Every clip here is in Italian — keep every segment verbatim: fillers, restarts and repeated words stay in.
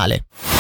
cantonale.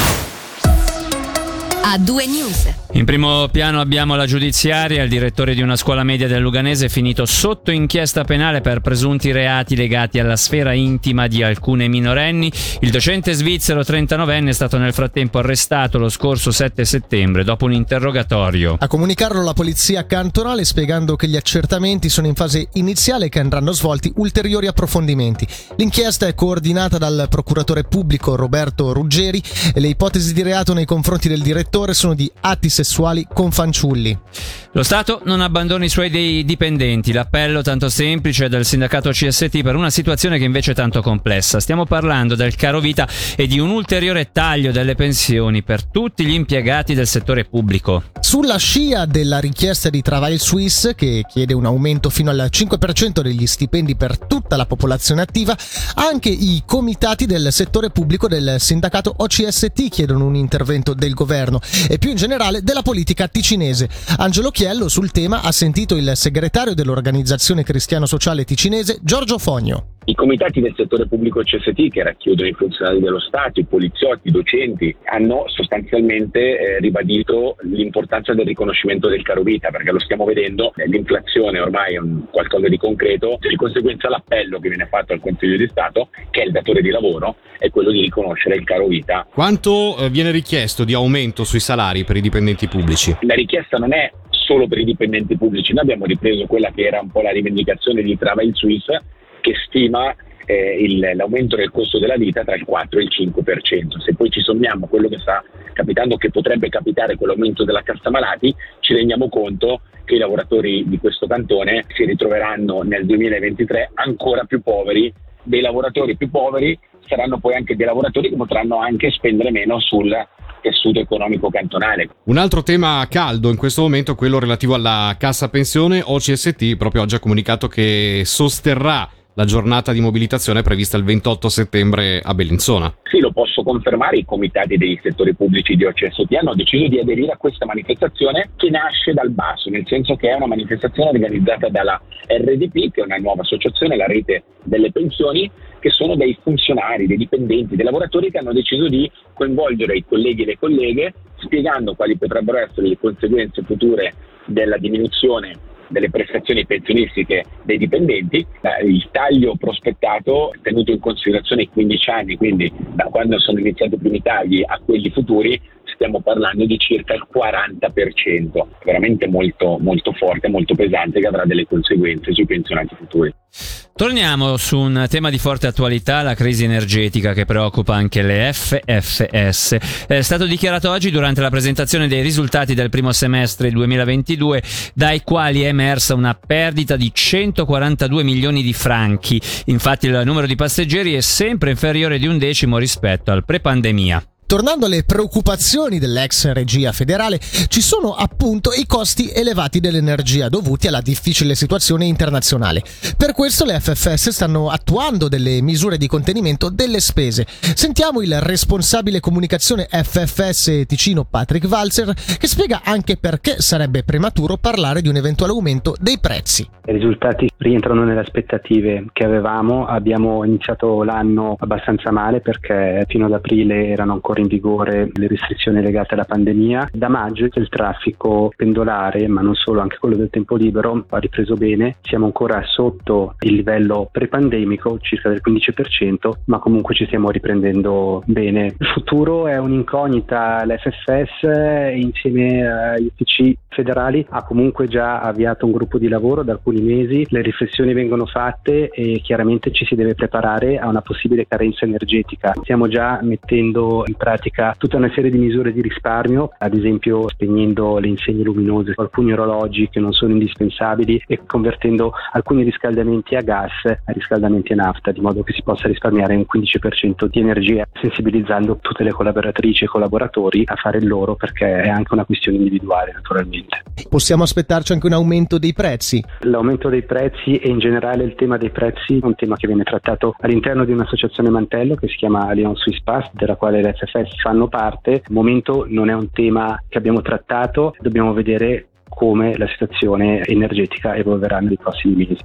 A due News. In primo piano abbiamo la giudiziaria. Il direttore di una scuola media del Luganese è finito sotto inchiesta penale per presunti reati legati alla sfera intima di alcune minorenni. Il docente svizzero trentanovenne è stato nel frattempo arrestato lo scorso sette settembre dopo un interrogatorio. A comunicarlo la polizia cantonale, spiegando che gli accertamenti sono in fase iniziale e che andranno svolti ulteriori approfondimenti. L'inchiesta è coordinata dal procuratore pubblico Roberto Ruggeri e le ipotesi di reato nei confronti del direttore sono di atti sessuali con fanciulli. Lo Stato non abbandona i suoi dei dipendenti. L'appello tanto semplice del sindacato C S T per una situazione che invece è tanto complessa. Stiamo parlando del caro vita e di un ulteriore taglio delle pensioni per tutti gli impiegati del settore pubblico. Sulla scia della richiesta di Travail Suisse, che chiede un aumento fino al cinque per cento degli stipendi per tutta la popolazione attiva, anche i comitati del settore pubblico del sindacato O C S T chiedono un intervento del governo e più in generale della politica ticinese. Angelo Chiello sul tema ha sentito il segretario dell'organizzazione cristiano-sociale ticinese Giorgio Fogno. I comitati del settore pubblico C S T, che racchiudono i funzionari dello Stato, i poliziotti, i docenti, hanno sostanzialmente eh, ribadito l'importanza del riconoscimento del caro vita, perché lo stiamo vedendo, l'inflazione ormai è un qualcosa di concreto, di conseguenza l'appello che viene fatto al Consiglio di Stato, che è il datore di lavoro, è quello di riconoscere il caro vita. Quanto eh, viene richiesto di aumento sui salari per i dipendenti pubblici? La richiesta non è solo per i dipendenti pubblici, noi abbiamo ripreso quella che era un po' la rivendicazione di Travail Suisse, che stima eh, il, l'aumento del costo della vita tra il quattro e il cinque per cento. Se poi ci sommiamo quello che sta capitando, che potrebbe capitare con l'aumento della cassa malati, ci rendiamo conto che i lavoratori di questo cantone si ritroveranno nel duemilaventitré ancora più poveri. Dei lavoratori più poveri saranno poi anche dei lavoratori che potranno anche spendere meno sul tessuto economico cantonale. Un altro tema caldo in questo momento è quello relativo alla cassa pensione. O C S T proprio oggi ha comunicato che sosterrà la giornata di mobilitazione prevista il ventotto settembre a Bellinzona. Sì, lo posso confermare, i comitati dei settori pubblici di O C S T hanno deciso di aderire a questa manifestazione che nasce dal basso, nel senso che è una manifestazione organizzata dalla R D P, che è una nuova associazione, la rete delle pensioni, che sono dei funzionari, dei dipendenti, dei lavoratori che hanno deciso di coinvolgere i colleghi e le colleghe, spiegando quali potrebbero essere le conseguenze future della diminuzione delle prestazioni pensionistiche dei dipendenti. Il taglio prospettato, tenuto in considerazione i quindici anni, quindi da quando sono iniziati i primi tagli a quelli futuri, stiamo parlando di circa il quaranta per cento, veramente molto, molto forte, molto pesante, che avrà delle conseguenze sui pensionati futuri. Torniamo su un tema di forte attualità, la crisi energetica che preoccupa anche le F F S. È stato dichiarato oggi durante la presentazione dei risultati del primo semestre duemilaventidue, dai quali è emersa una perdita di centoquarantadue milioni di franchi. Infatti il numero di passeggeri è sempre inferiore di un decimo rispetto al pre-pandemia. Tornando alle preoccupazioni dell'ex regia federale, ci sono appunto i costi elevati dell'energia dovuti alla difficile situazione internazionale. Per questo le F F S stanno attuando delle misure di contenimento delle spese. Sentiamo il responsabile comunicazione F F S Ticino Patrick Walzer, che spiega anche perché sarebbe prematuro parlare di un eventuale aumento dei prezzi. I risultati rientrano nelle aspettative che avevamo. Abbiamo iniziato l'anno abbastanza male perché fino ad aprile erano ancora in vigore le restrizioni legate alla pandemia. Da maggio il traffico pendolare, ma non solo, anche quello del tempo libero, ha ripreso bene. Siamo ancora sotto il livello pre-pandemico, circa del quindici per cento, ma comunque ci stiamo riprendendo bene. Il futuro è un'incognita. L'F F S insieme agli uffici federali ha comunque già avviato un gruppo di lavoro da alcuni mesi. Le riflessioni vengono fatte e chiaramente ci si deve preparare a una possibile carenza energetica. Stiamo già mettendo in pratica tutta una serie di misure di risparmio, ad esempio spegnendo le insegne luminose, alcuni orologi che non sono indispensabili e convertendo alcuni riscaldamenti a gas a riscaldamenti a nafta, di modo che si possa risparmiare un quindici per cento di energia, sensibilizzando tutte le collaboratrici e collaboratori a fare il loro, perché è anche una questione individuale naturalmente. Possiamo aspettarci anche un aumento dei prezzi? L'aumento dei prezzi e in generale il tema dei prezzi è un tema che viene trattato all'interno di un'associazione mantello che si chiama Leon Swiss Pass, della quale le F F S fanno parte. Al momento non è un tema che abbiamo trattato, dobbiamo vedere come la situazione energetica evolverà nei prossimi mesi.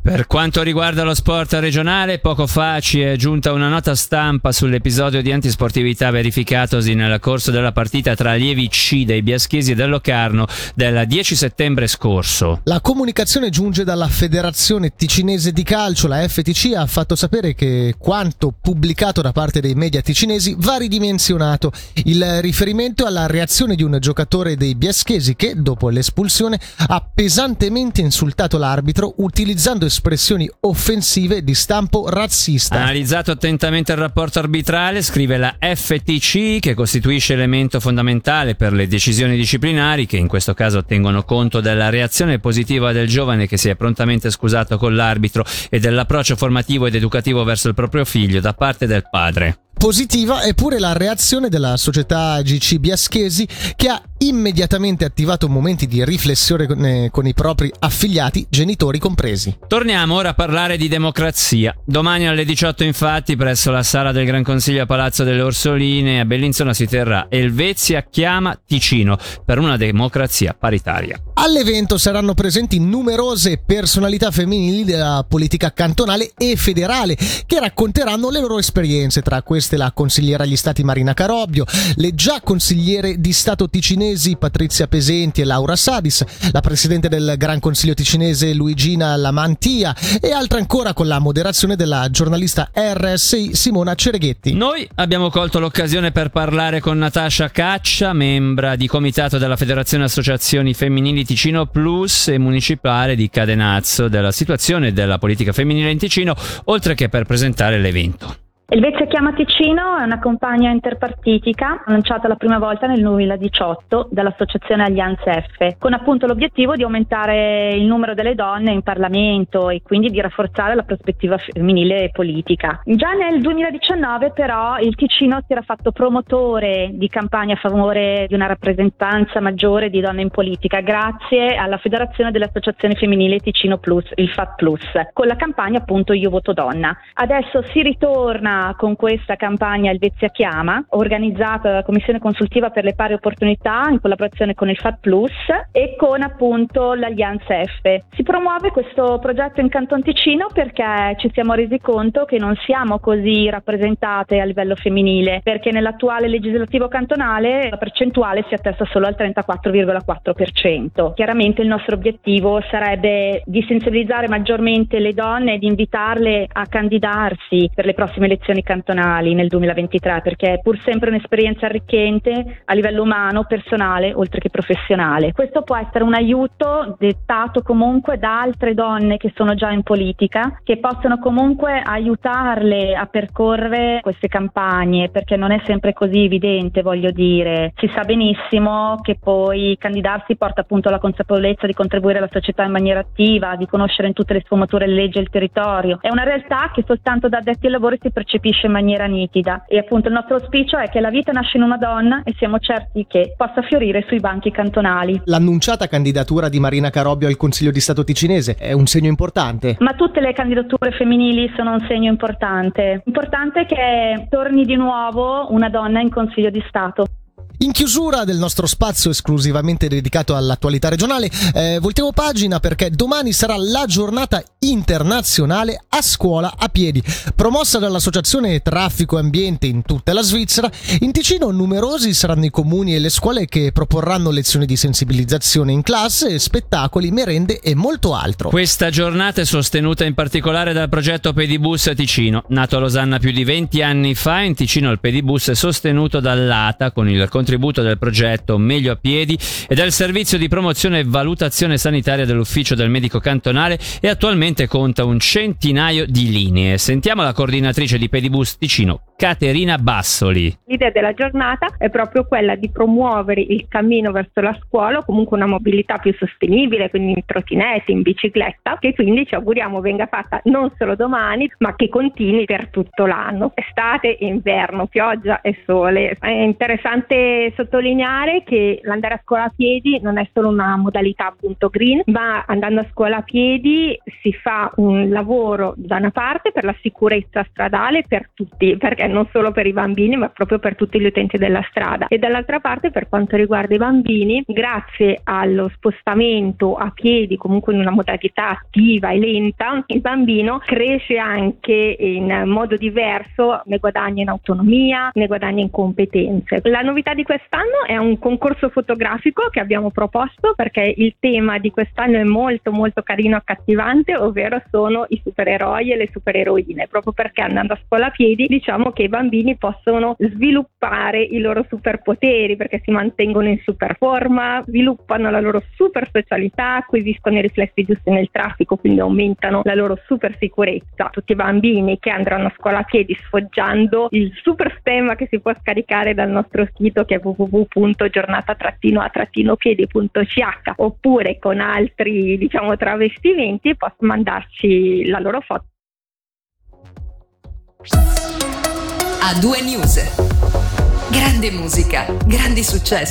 Per quanto riguarda lo sport regionale, poco fa ci è giunta una nota stampa sull'episodio di antisportività verificatosi nel corso della partita tra allievi C dei Biaschesi e del Locarno del dieci settembre scorso. La comunicazione giunge dalla Federazione Ticinese di Calcio. La F T C ha fatto sapere che quanto pubblicato da parte dei media ticinesi va ridimensionato. Il riferimento è alla reazione di un giocatore dei Biaschesi che, dopo l'espulsione, ha pesantemente insultato l'arbitro utilizzando espressioni offensive di stampo razzista. Analizzato attentamente il rapporto arbitrale, scrive la F T C, che costituisce elemento fondamentale per le decisioni disciplinari, che in questo caso tengono conto della reazione positiva del giovane che si è prontamente scusato con l'arbitro e dell'approccio formativo ed educativo verso il proprio figlio da parte del padre. Positiva è pure la reazione della società G C Biaschesi, che ha immediatamente attivato momenti di riflessione con, eh, con i propri affiliati, genitori compresi. Torniamo ora a parlare di democrazia. Domani alle diciotto, infatti, presso la sala del Gran Consiglio a Palazzo delle Orsoline a Bellinzona si terrà Elvezia Chiama Ticino per una democrazia paritaria. All'evento saranno presenti numerose personalità femminili della politica cantonale e federale che racconteranno le loro esperienze, tra queste la consigliera agli stati Marina Carobbio, le già consigliere di Stato ticinesi Patrizia Pesenti e Laura Sadis, la presidente del Gran Consiglio ticinese Luigina Lamantia e altre ancora, con la moderazione della giornalista R S I Simona Cereghetti. Noi abbiamo colto l'occasione per parlare con Natascia Caccia, membra di comitato della Federazione Associazioni Femminili Ticino Plus e municipale di Cadenazzo, della situazione della politica femminile in Ticino, oltre che per presentare l'evento. Elvezia Chiama Ticino è una campagna interpartitica lanciata la prima volta nel duemiladiciotto dall'associazione Allianze F, con appunto l'obiettivo di aumentare il numero delle donne in Parlamento e quindi di rafforzare la prospettiva femminile e politica. Già nel duemiladiciannove però il Ticino si era fatto promotore di campagne a favore di una rappresentanza maggiore di donne in politica grazie alla Federazione delle Associazioni Femminili Ticino Plus, il F A T Plus, con la campagna appunto Io Voto Donna. Adesso si ritorna con questa campagna Elvezia Chiama, organizzata dalla Commissione Consultiva per le Pari Opportunità in collaborazione con il F A T Plus e con appunto l'Allianza F. Si promuove questo progetto in Canton Ticino perché ci siamo resi conto che non siamo così rappresentate a livello femminile, perché nell'attuale legislativo cantonale la percentuale si attesta solo al trentaquattro virgola quattro per cento. Chiaramente il nostro obiettivo sarebbe di sensibilizzare maggiormente le donne e di invitarle a candidarsi per le prossime elezioni cantonali nel duemilaventitré, perché è pur sempre un'esperienza arricchente a livello umano, personale, oltre che professionale. Questo può essere un aiuto dettato comunque da altre donne che sono già in politica, che possono comunque aiutarle a percorrere queste campagne, perché non è sempre così evidente, voglio dire. Si sa benissimo che poi candidarsi porta appunto alla consapevolezza di contribuire alla società in maniera attiva, di conoscere in tutte le sfumature le leggi e il territorio. È una realtà che soltanto da addetti ai lavori si percepisce in maniera nitida e appunto il nostro auspicio è che la vita nasce in una donna e siamo certi che possa fiorire sui banchi cantonali. L'annunciata candidatura di Marina Carobbio al Consiglio di Stato ticinese è un segno importante? Ma tutte le candidature femminili sono un segno importante. Importante che torni di nuovo una donna in Consiglio di Stato. In chiusura del nostro spazio esclusivamente dedicato all'attualità regionale, eh, voltiamo pagina perché domani sarà la giornata internazionale a scuola a piedi. Promossa dall'associazione Traffico e Ambiente in tutta la Svizzera, in Ticino numerosi saranno i comuni e le scuole che proporranno lezioni di sensibilizzazione in classe, spettacoli, merende e molto altro. Questa giornata è sostenuta in particolare dal progetto Pedibus Ticino. Nato a Losanna più di venti anni fa, in Ticino il Pedibus è sostenuto dall'A T A con il contributo del progetto Meglio a Piedi e del servizio di promozione e valutazione sanitaria dell'ufficio del medico cantonale e attualmente conta un centinaio di linee. Sentiamo la coordinatrice di Pedibus Ticino, Caterina Bassoli. L'idea della giornata è proprio quella di promuovere il cammino verso la scuola o comunque una mobilità più sostenibile, quindi in trottinette, in bicicletta, che quindi ci auguriamo venga fatta non solo domani ma che continui per tutto l'anno, estate e inverno, pioggia e sole. È interessante piace sottolineare che l'andare a scuola a piedi non è solo una modalità appunto green, ma andando a scuola a piedi si fa un lavoro da una parte per la sicurezza stradale per tutti, perché non solo per i bambini ma proprio per tutti gli utenti della strada, e dall'altra parte per quanto riguarda i bambini, grazie allo spostamento a piedi comunque in una modalità attiva e lenta, il bambino cresce anche in modo diverso, ne guadagna in autonomia, ne guadagna in competenze. La novità di quest'anno è un concorso fotografico che abbiamo proposto, perché il tema di quest'anno è molto molto carino e accattivante, ovvero sono i supereroi e le supereroine, proprio perché andando a scuola a piedi diciamo che i bambini possono sviluppare i loro superpoteri, perché si mantengono in super forma, sviluppano la loro super specialità, acquisiscono i riflessi giusti nel traffico, quindi aumentano la loro super sicurezza. Tutti i bambini che andranno a scuola a piedi sfoggiando il super stemma che si può scaricare dal nostro sito, che è w w w punto giornata a piedi punto c h, oppure con altri diciamo travestimenti, possono mandarci la loro foto. A due News. Grande musica, grandi successi.